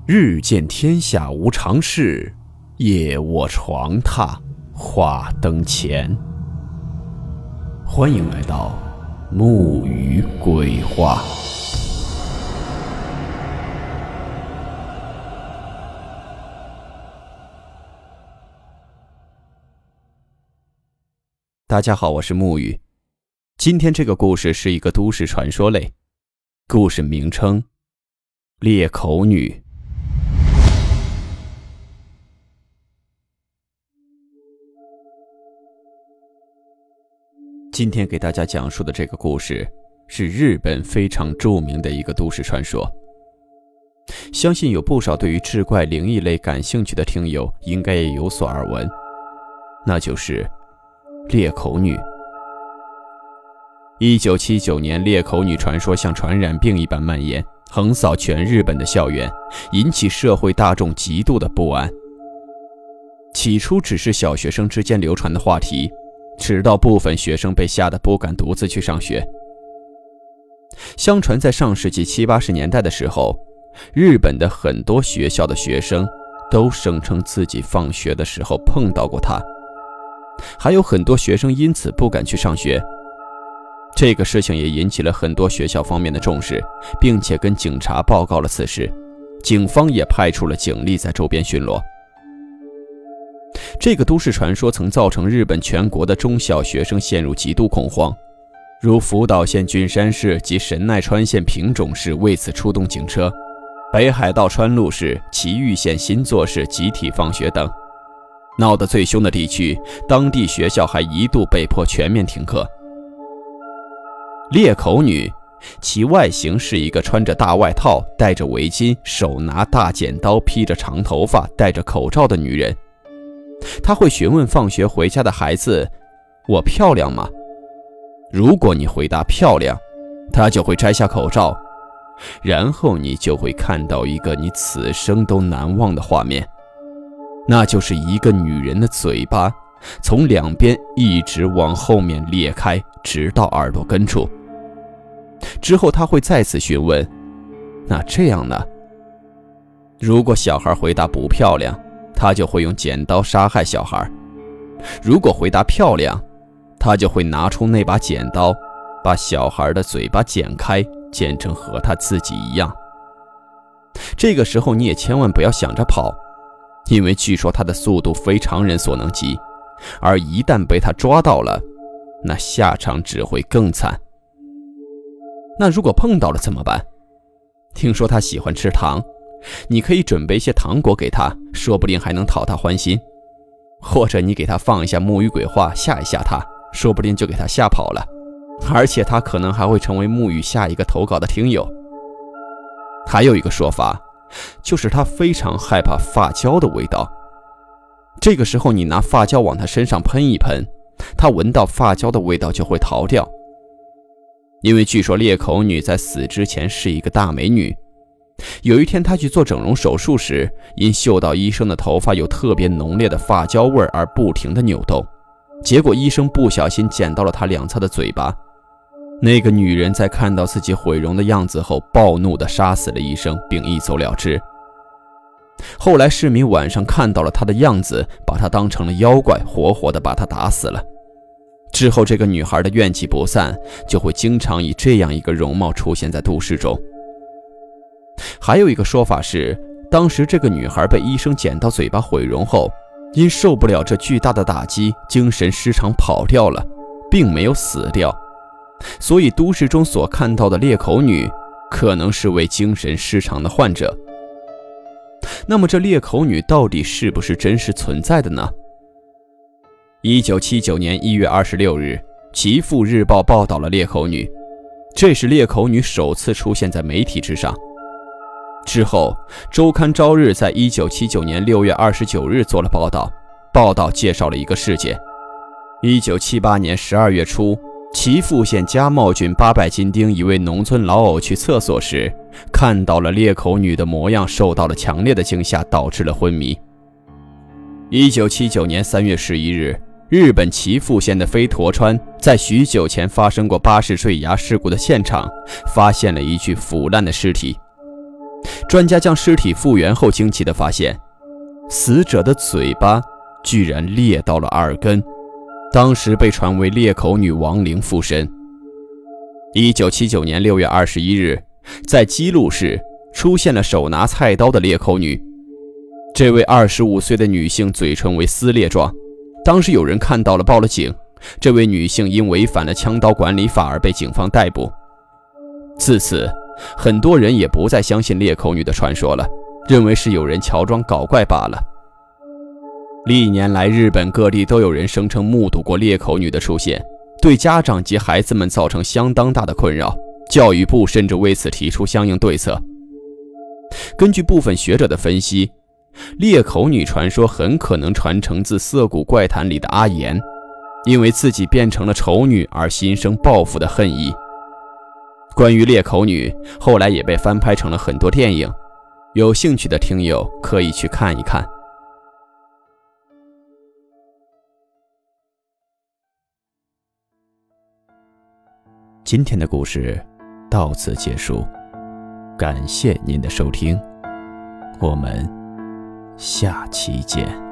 日见天下无常事，夜卧床榻话灯前。欢迎来到木鱼鬼话。大家好，我是木鱼。今天这个故事是一个都市传说类，故事名称：裂口女。今天给大家讲述的这个故事是日本非常著名的一个都市传说，相信有不少对于志怪灵异类感兴趣的听友应该也有所耳闻，那就是裂口女。1979年，裂口女传说像传染病一般蔓延，横扫全日本的校园，引起社会大众极度的不安。起初只是小学生之间流传的话题，直到部分学生被吓得不敢独自去上学。相传在上世纪70、80年代的时候，日本的很多学校的学生都声称自己放学的时候碰到过她，还有很多学生因此不敢去上学。这个事情也引起了很多学校方面的重视，并且跟警察报告了此事，警方也派出了警力在周边巡逻。这个都市传说曾造成日本全国的中小学生陷入极度恐慌，如福岛县郡山市及神奈川县平冢市为此出动警车，北海道川路市、埼玉县新作市集体放学等。闹得最凶的地区，当地学校还一度被迫全面停课。裂口女，其外形是一个穿着大外套、戴着围巾、手拿大剪刀、披着长头发、戴着口罩的女人。她会询问放学回家的孩子：“我漂亮吗？”如果你回答漂亮，她就会摘下口罩，然后你就会看到一个你此生都难忘的画面，那就是一个女人的嘴巴从两边一直往后面裂开，直到耳朵根处。之后他会再次询问：“那这样呢？”如果小孩回答不漂亮，他就会用剪刀杀害小孩；如果回答漂亮，他就会拿出那把剪刀，把小孩的嘴巴剪开，剪成和他自己一样。这个时候你也千万不要想着跑，因为据说他的速度非常人所能及，而一旦被他抓到了，那下场只会更惨。那如果碰到了怎么办？听说他喜欢吃糖，你可以准备一些糖果给他，说不定还能讨他欢心。或者你给他放一下木鱼鬼话，吓一吓他，说不定就给他吓跑了，而且他可能还会成为木鱼下一个投稿的听友。还有一个说法，就是他非常害怕发胶的味道。这个时候你拿发胶往他身上喷一喷，他闻到发胶的味道就会逃掉。因为据说裂口女在死之前是一个大美女，有一天她去做整容手术时，因嗅到医生的头发有特别浓烈的发胶味而不停地扭动，结果医生不小心剪到了她两侧的嘴巴。那个女人在看到自己毁容的样子后，暴怒地杀死了医生，并一走了之。后来市民晚上看到了她的样子，把她当成了妖怪，活活地把她打死了。之后这个女孩的怨气不散，就会经常以这样一个容貌出现在都市中。还有一个说法是，当时这个女孩被医生剪到嘴巴毁容后，因受不了这巨大的打击，精神失常跑掉了，并没有死掉。所以都市中所看到的裂口女可能是位精神失常的患者。那么这裂口女到底是不是真实存在的呢？1979年1月26日，岐阜日报报道了裂口女，这是裂口女首次出现在媒体之上。之后周刊朝日在1979年6月29日做了报道，报道介绍了一个事件。1978年12月初，岐阜县加茂郡800金町一位农村老偶去厕所时，看到了裂口女的模样，受到了强烈的惊吓，导致了昏迷。1979年3月11日，日本岐阜县的飞驼川在许久前发生过巴士坠崖事故的现场，发现了一具腐烂的尸体。 专家将尸体复原后惊奇地发现，死者的嘴巴居然裂到了耳根，当时被传为裂口女亡灵附身。1979年6月21日，在基路市出现了手拿菜刀的裂口女。这位25岁的女性嘴唇为撕裂状，当时有人看到了，报了警。这位女性因违反了枪刀管理法而被警方逮捕。自此，很多人也不再相信裂口女的传说了，认为是有人乔装搞怪罢了。历年来，日本各地都有人声称目睹过裂口女的出现，对家长及孩子们造成相当大的困扰，教育部甚至为此提出相应对策。根据部分学者的分析，裂口女传说很可能传承自涩谷怪谈里的阿岩，因为自己变成了丑女而心生报复的恨意。关于裂口女，后来也被翻拍成了很多电影，有兴趣的听友可以去看一看。今天的故事到此结束，感谢您的收听，我们下期见。